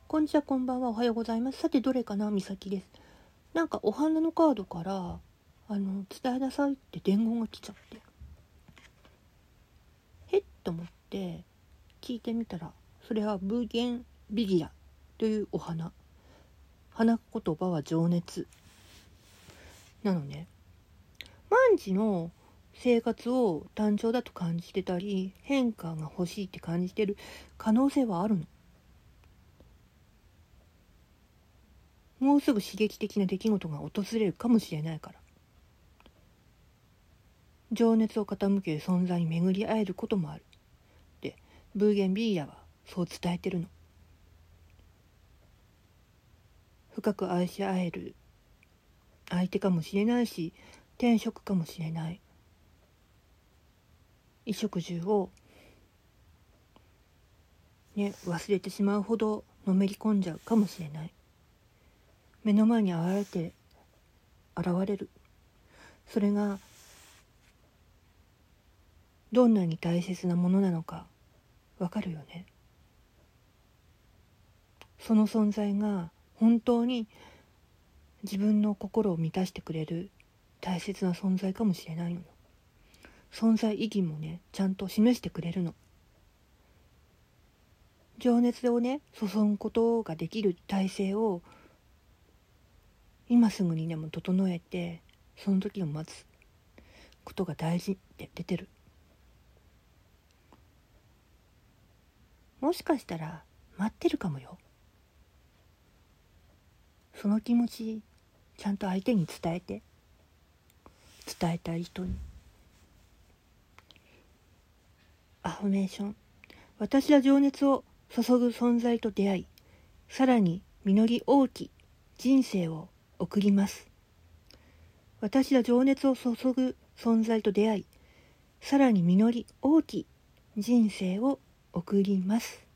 こんにちは、こんばんは、おはようございます。さて、どれかな、みさきです。なんかお花のカードから伝えなさいって伝言が来ちゃって、へっと思って聞いてみたら、それはブーゲンビリアというお花。花言葉は情熱なのね。毎日の生活を単調だと感じてたり、変化が欲しいって感じてる可能性はあるの。もうすぐ刺激的な出来事が訪れるかもしれないから。情熱を傾ける存在に巡り会えることもある。で、ブーゲンビリアはそう伝えてるの。深く愛し合える相手かもしれないし、転職かもしれない。衣食住を忘れてしまうほどのめり込んじゃうかもしれない。目の前に現れる。それがどんなに大切なものなのかわかるよね。その存在が本当に自分の心を満たしてくれる大切な存在かもしれないのよ。存在意義もちゃんと示してくれるの。情熱を注ぐことができる体制を今すぐにでも整えて、その時を待つことが大事って出てる。もしかしたら待ってるかもよ。その気持ちちゃんと相手に伝えたい人に。アファメーション。私は情熱を注ぐ存在と出会い、さらに実り大きい人生を送ります。私は情熱を注ぐ存在と出会い、さらに実り大きい人生を送ります。